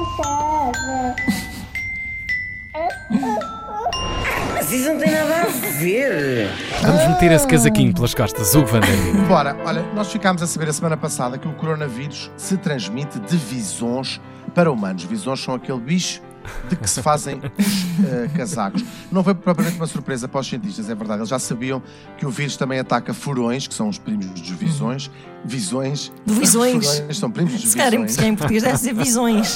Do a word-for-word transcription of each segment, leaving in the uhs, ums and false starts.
Mas isso não tem nada a ver. Vamos meter esse casaquinho pelas costas, Hugo Van Der Ding. Bora, olha, nós ficámos a saber a semana passada que o coronavírus se transmite de visões para humanos. Visões são aquele bicho de que se fazem os uh, casacos. Não foi propriamente uma surpresa para os cientistas, é verdade. Eles já sabiam que o vírus também ataca furões, que são os primos dos visões. Visões. Visões. Furões são primos dos Se calhar em visões. em português deve ser visões.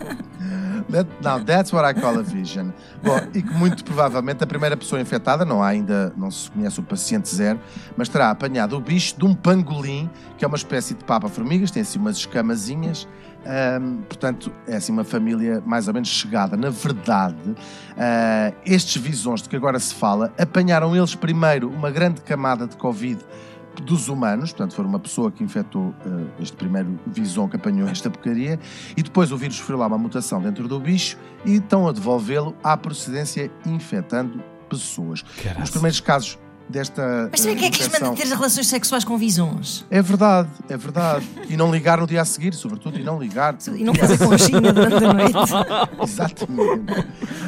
That, não, that's what I call a vision. Bom, e que muito provavelmente a primeira pessoa infectada, não há ainda, não se conhece o paciente zero, mas terá apanhado o bicho de um pangolim, que é uma espécie de papa-formigas, tem assim umas escamazinhas, hum, portanto é assim uma família mais ou menos chegada. Na verdade, uh, estes visões de que agora se fala, apanharam eles primeiro uma grande camada de Covid dos humanos, portanto foi uma pessoa que infectou uh, este primeiro visão que apanhou esta porcaria, e depois o vírus sofreu lá uma mutação dentro do bicho e estão a devolvê-lo à procedência infectando pessoas. Caraca. Os primeiros casos desta Mas também uh, quem é que lhes manda infecção... ter relações sexuais com visões? É verdade, é verdade. E não ligar no dia a seguir, sobretudo, e não ligar. E não fazer conchinha durante a noite? Exatamente.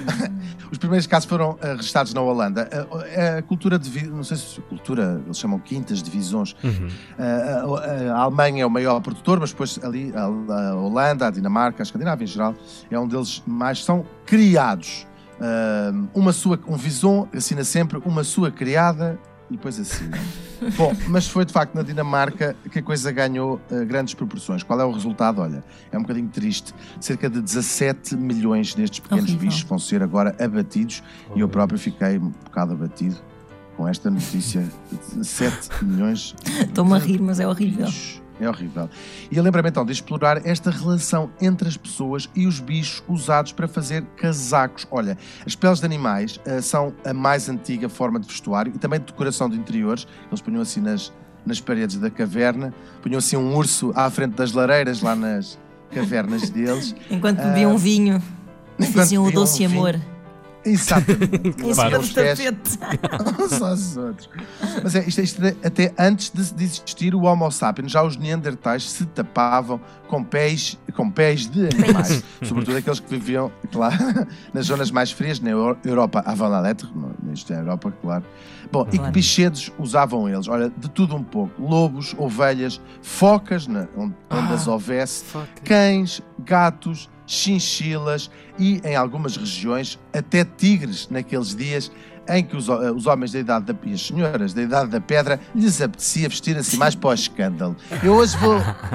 Os primeiros casos foram uh, registrados na Holanda. A, a cultura de... vi- Não sei se cultura, eles chamam quintas de visões. Uhum. Uh, a, a Alemanha é o maior produtor, mas depois ali a, a Holanda, a Dinamarca, a Escandinávia em geral, é um deles mais... São criados. Uh, uma sua, um vison assina sempre uma sua criada e depois assina. Bom, mas foi de facto na Dinamarca que a coisa ganhou uh, grandes proporções. Qual é o resultado? Olha, é um bocadinho triste. Cerca de dezassete milhões destes pequenos Horrível. bichos vão ser agora abatidos e eu próprio fiquei um bocado abatido com esta notícia. dezassete milhões. Estou-me a rir, mas é horrível. É horrível. E eu lembro-me então de explorar esta relação entre as pessoas e os bichos usados para fazer casacos. Olha, as peles de animais uh, são a mais antiga forma de vestuário e também de decoração de interiores. Eles punham assim nas, nas paredes da caverna, punham assim um urso à frente das lareiras lá nas cavernas deles. Enquanto bebiam um vinho, diziam o bebiam doce um vinho. amor. Exatamente. Em cima do Os pés. tapete. Uns aos outros. Mas é, isto, isto é até antes de, de existir o Homo sapiens, já os neandertais se tapavam com pés, com pés de animais, sobretudo aqueles que viviam, claro, nas zonas mais frias, na Euro- Europa avant la lettre, não, isto é a Europa, claro. Bom, e que Claro. bichedos usavam eles? Olha, de tudo um pouco. Lobos, ovelhas, focas, na- onde, onde as houvesse, cães, gatos, chinchilas e, em algumas regiões, até tigres, naqueles dias em que os, os homens da idade da, e as senhoras da idade da pedra lhes apetecia vestir assim mais para o escândalo. Eu hoje vou...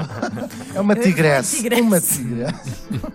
É uma tigresse. tigresse. Uma tigresse.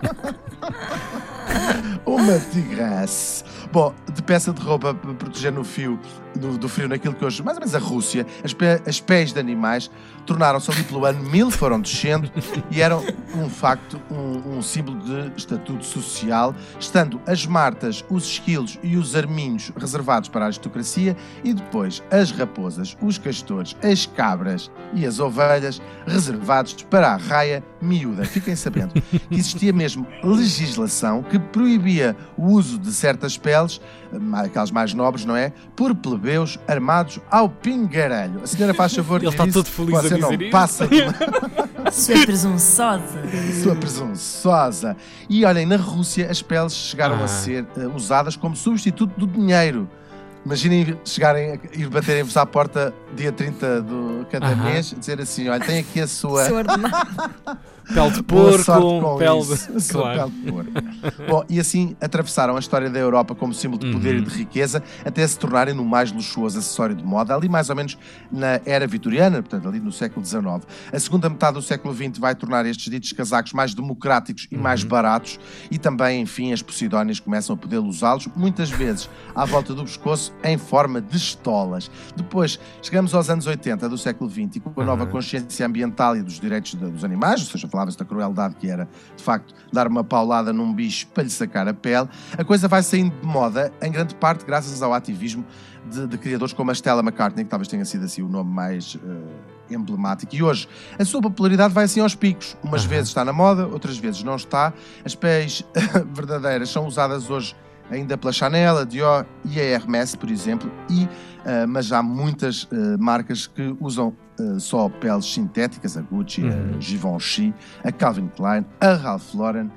Uma tigresse. Bom, de peça de roupa para proteger no fio, do, do frio naquilo que hoje, mais ou menos a Rússia, as, pe, as pés de animais tornaram-se ali pelo ano mil, foram descendo e eram, um facto, um, um símbolo de estatuto social, estando as martas, os esquilos e os arminhos reservados para a aristocracia e depois as raposas, os castores, as cabras e as ovelhas reservados para a raia miúda. Fiquem sabendo que existia mesmo legislação que proibia o uso de certas peles, aquelas mais nobres, não é? Por plebeus armados ao pingarelho. A senhora faz favor de Ele está isso, todo feliz a você não dizer isso. passa de uma Sua presunçosa. sua presunçosa. E olhem, na Rússia as peles chegaram Ah. a ser uh, usadas como substituto do dinheiro. Imaginem chegarem a ir baterem-vos à porta dia trinta de cada Aham. mês, dizer assim, olha, tem aqui a sua... Seu ordenado. Pele de Boa sorte porco, com pele isso. de... Sua Claro. pele de porco. Bom, e assim atravessaram a história da Europa como símbolo de poder Uhum. e de riqueza, até se tornarem no mais luxuoso acessório de moda, ali mais ou menos na era vitoriana, portanto ali no século dezenove. A segunda metade do século vinte vai tornar estes ditos casacos mais democráticos e mais baratos e também, enfim, as posidónias começam a poder usá-los, muitas vezes à volta do pescoço, em forma de estolas. Depois, chegamos aos anos oitenta do século vinte e com a nova Uhum. consciência ambiental e dos direitos de- dos animais, ou seja, falava-se da crueldade que era, de facto, dar uma paulada num bicho para lhe sacar a pele, a coisa vai saindo de moda, em grande parte graças ao ativismo de, de criadores como a Stella McCartney, que talvez tenha sido assim o nome mais eh, emblemático. E hoje, a sua popularidade vai assim aos picos. Umas Aham. vezes está na moda, outras vezes não está. As pés verdadeiras são usadas hoje ainda pela Chanel, a Dior e a Hermès, por exemplo, e, uh, mas há muitas uh, marcas que usam uh, só peles sintéticas, a Gucci, Uhum. a Givenchy, a Calvin Klein, a Ralph Lauren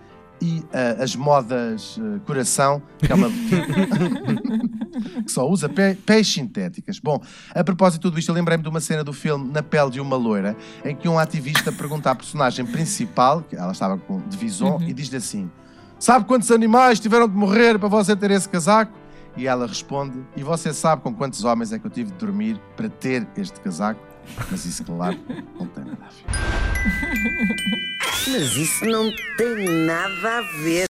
e uh, as modas uh, coração, que é uma... que só usa pe pés sintéticas. Bom, a propósito de tudo isto, eu lembrei-me de uma cena do filme Na Pele de uma Loira, em que um ativista pergunta à personagem principal, que ela estava com de vison, uhum. e diz-lhe assim: sabe quantos animais tiveram de morrer para você ter esse casaco? E ela responde: e você sabe com quantos homens é que eu tive de dormir para ter este casaco? Mas isso, claro, não tem nada a ver. Mas isso não tem nada a ver.